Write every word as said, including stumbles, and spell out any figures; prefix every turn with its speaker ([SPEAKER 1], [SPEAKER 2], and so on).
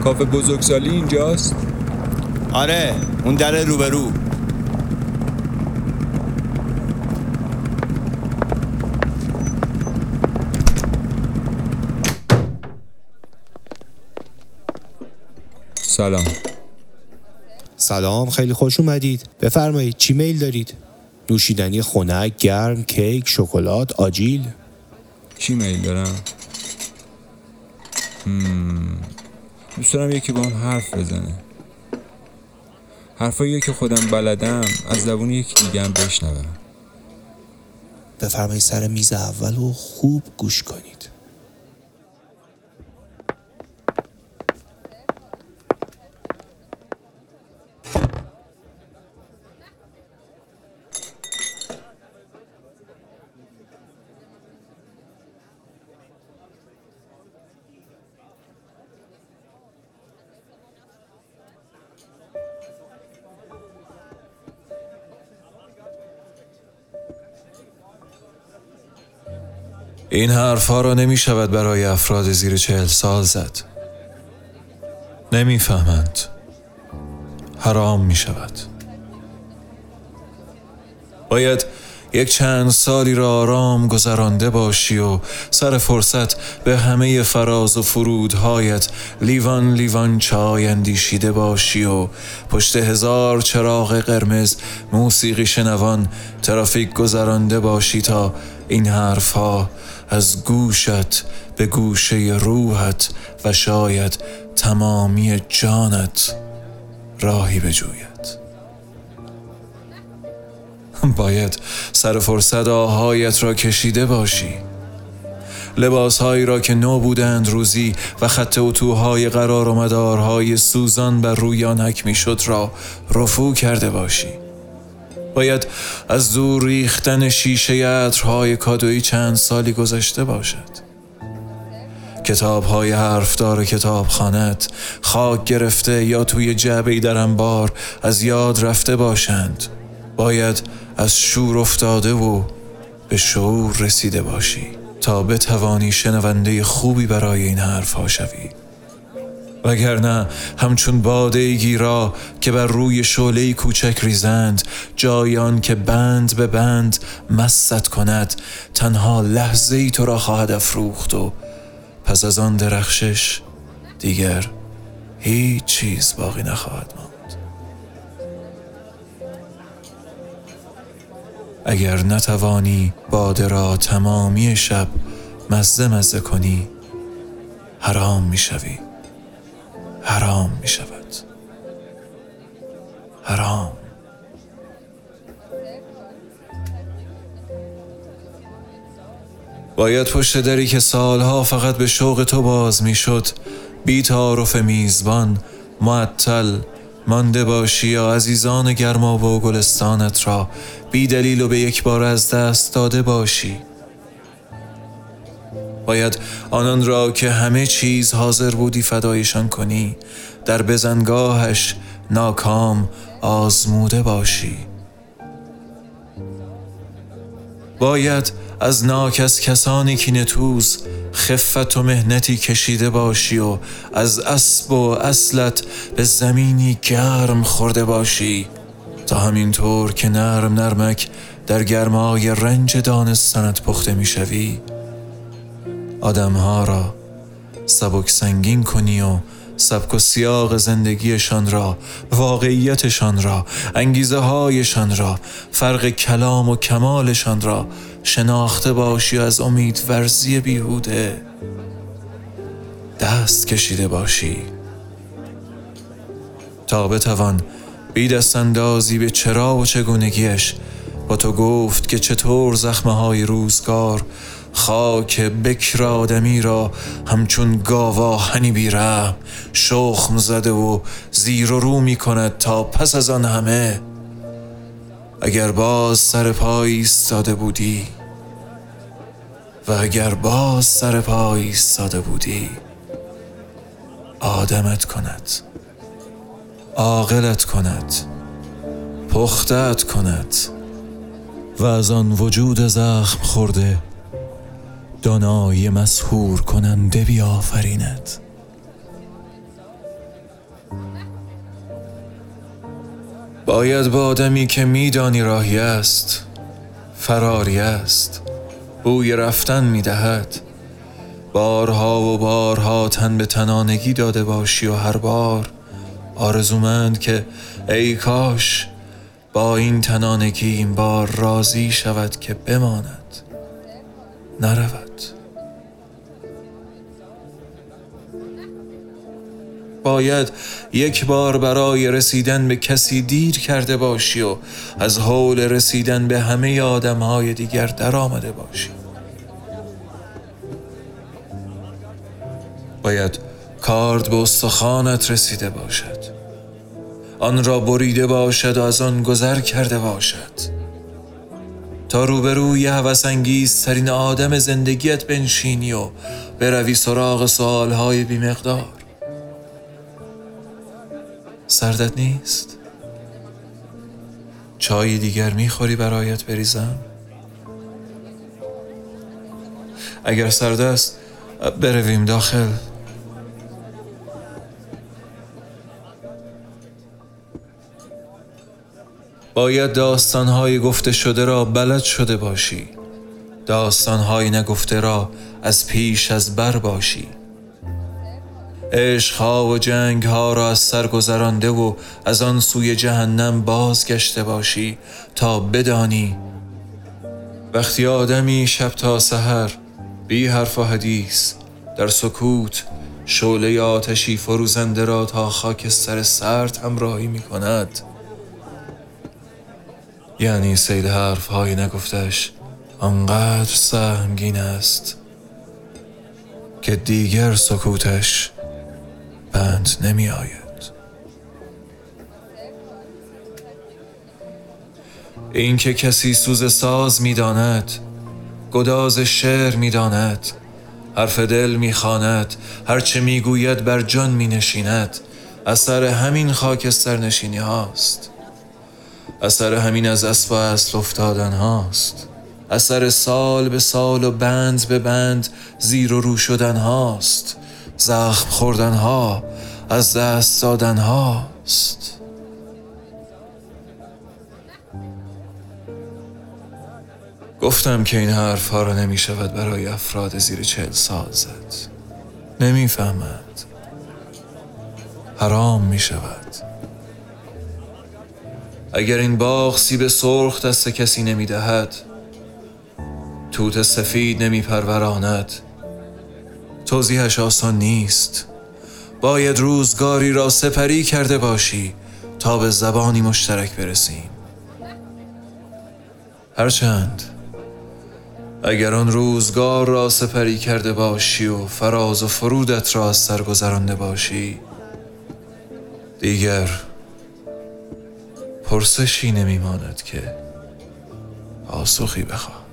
[SPEAKER 1] کافه بزرگسالی اینجاست؟
[SPEAKER 2] آره، اون در روبرو.
[SPEAKER 1] سلام.
[SPEAKER 3] سلام، خیلی خوش اومدید. بفرمایید چی میل دارید؟ نوشیدنی خنک، گرم، کیک، شکلات، آجیل.
[SPEAKER 1] چی میل دارم؟ هم. دوست دارم یکی با هم حرف بزنه. حرفایی که خودم بلدم از زبون یکی دیگه هم بشنوم.
[SPEAKER 3] بفرمایید سر میز اول و خوب گوش کنید.
[SPEAKER 4] این حرفها را نمی شود برای افراد زیر چهل سال زد. نمی فهمند. حرام می شود. باید یک چند سالی را آرام گذرانده باشی و سر فرصت به همه فراز و فرودهایت لیوان لیوان چای اندیشیده باشی و پشت هزار چراغ قرمز موسیقی شنوان ترافیک گذرانده باشی تا این حرفها از گوشت به گوشه روحت و شاید تمامی جانت راهی بجوید. باید سر فرصت آهایت را کشیده باشی، لباسهایی را که نو بودند روزی و خط اتوهای قرار و مدارهای سوزان بر روی آن حک میشد را رفو کرده باشی. باید از دور ریختن شیشه عطرهای کادویی چند سالی گذشته باشد. کتاب‌های حرفدار کتابخانه‌ات خاک گرفته یا توی جعبه‌ای در انبار از یاد رفته باشند. باید از شور افتاده و به شعور رسیده باشی تا بتوانی شنونده خوبی برای این حرف‌ها شوی. وگرنه همچون باده‌ای را که بر روی شعله‌ای کوچک ریزند، جایان که بند به بند مست کند، تنها لحظه‌ای تو را خواهد افروخت و پس از آن درخشش دیگر هیچ چیز باقی نخواهد ماند. اگر نتوانی باده را تمامی شب مزه مزه کنی، حرام می شوی. حرام می شود. حرام. باید پشت دری که سالها فقط به شوق تو باز می شد بی تعارف میزبان معطل مانده باشی یا عزیزان گرمابه و گلستانت را بی دلیل و به یک بار از دست داده باشی. باید آنان را که همه چیز حاضر بودی فدایشان کنی در بزنگاهش ناکام آزموده باشی. باید از ناکس کسانی که نتوز خفت و مهنتی کشیده باشی و از اسب و اصلت به زمینی گرم خورده باشی تا همینطور که نرم نرمک در گرمای رنج دانستنت پخته می شوی آدمها را سبک سنگین کنی و سبک و سیاق زندگیشان را، واقعیتشان را، انگیزه هایشان را، فرق کلام و کمالشان را شناخته باشی و از امید ورزی بیهوده دست کشیده باشی تا بتوان بی دست اندازی به چرا و چگونگیش با تو گفت که چطور زخمه های روزگار خاک بکر آدمی را همچون گاواهنی بی‌رحم شخم زده و زیر و رو می کند تا پس از آن همه اگر باز سر پای ایستاده بودی و اگر باز سر پای ایستاده بودی آدمت کند، عاقلت کند، پخته‌ات کند و از آن وجود زخم خورده دانای مسحور کننده بیافریند. باید با آدمی که میدانی راهی است، فراری است، بوی رفتن میدهد، بارها و بارها تن به تنانگی داده باشی و هر بار آرزومند که ای کاش با این تنانگی این بار راضی شود که بماند، نرود. باید یک بار برای رسیدن به کسی دیر کرده باشی و از حول رسیدن به همه آدم‌های دیگر در آمده باشی. باید کارد به استخوانت رسیده باشد، آن را بریده باشد و از آن گذر کرده باشد تا روبروی هوس‌انگیزترین آدم زندگیت بنشینی و بروی سراغ سوالهای بی‌مقدار. سردت نیست؟ چای دیگر میخوری برایت بریزم؟ اگر سرد است برویم داخل. باید داستانهای گفته شده را بلد شده باشی، داستانهای نگفته را از پیش از بر باشی، عشقها و جنگها را از سر گذرانده و از آن سوی جهنم بازگشته باشی تا بدانی وقتی آدمی شب تا سحر بی حرف و حدیث در سکوت شعله آتشی فروزنده را تا خاکستر سرد همراهی می کند، یعنی سیل حرفهای نگفتش آنقدر سهمگین است که دیگر سکوتش بند نمی آید. این که کسی سوز ساز می داند، گداز شعر می داند، حرف دل می خواند، هرچه می گوید بر جان می نشیند، اثر همین خاکستر نشینی هاست، اثر همین از اسب و اصل افتادن هاست، اثر سال به سال و بند به بند زیر و رو شدن هاست، زخم خوردن ها، از دست دادن هاست. گفتم که این حرف ها را نمی شود برای افراد زیر چهل سال زد. نمی فهمد. حرام می شود. اگر این باغ سیب سرخ دست کسی نمی دهد، توت سفید نمی پروراند، توضیحش آسان نیست. باید روزگاری را سپری کرده باشی تا به زبانی مشترک برسیم. هرچند اگر آن روزگار را سپری کرده باشی و فراز و فرودت را از سر گذرانده باشی، دیگر پرسشی نمی ماند که پاسخی بخواه.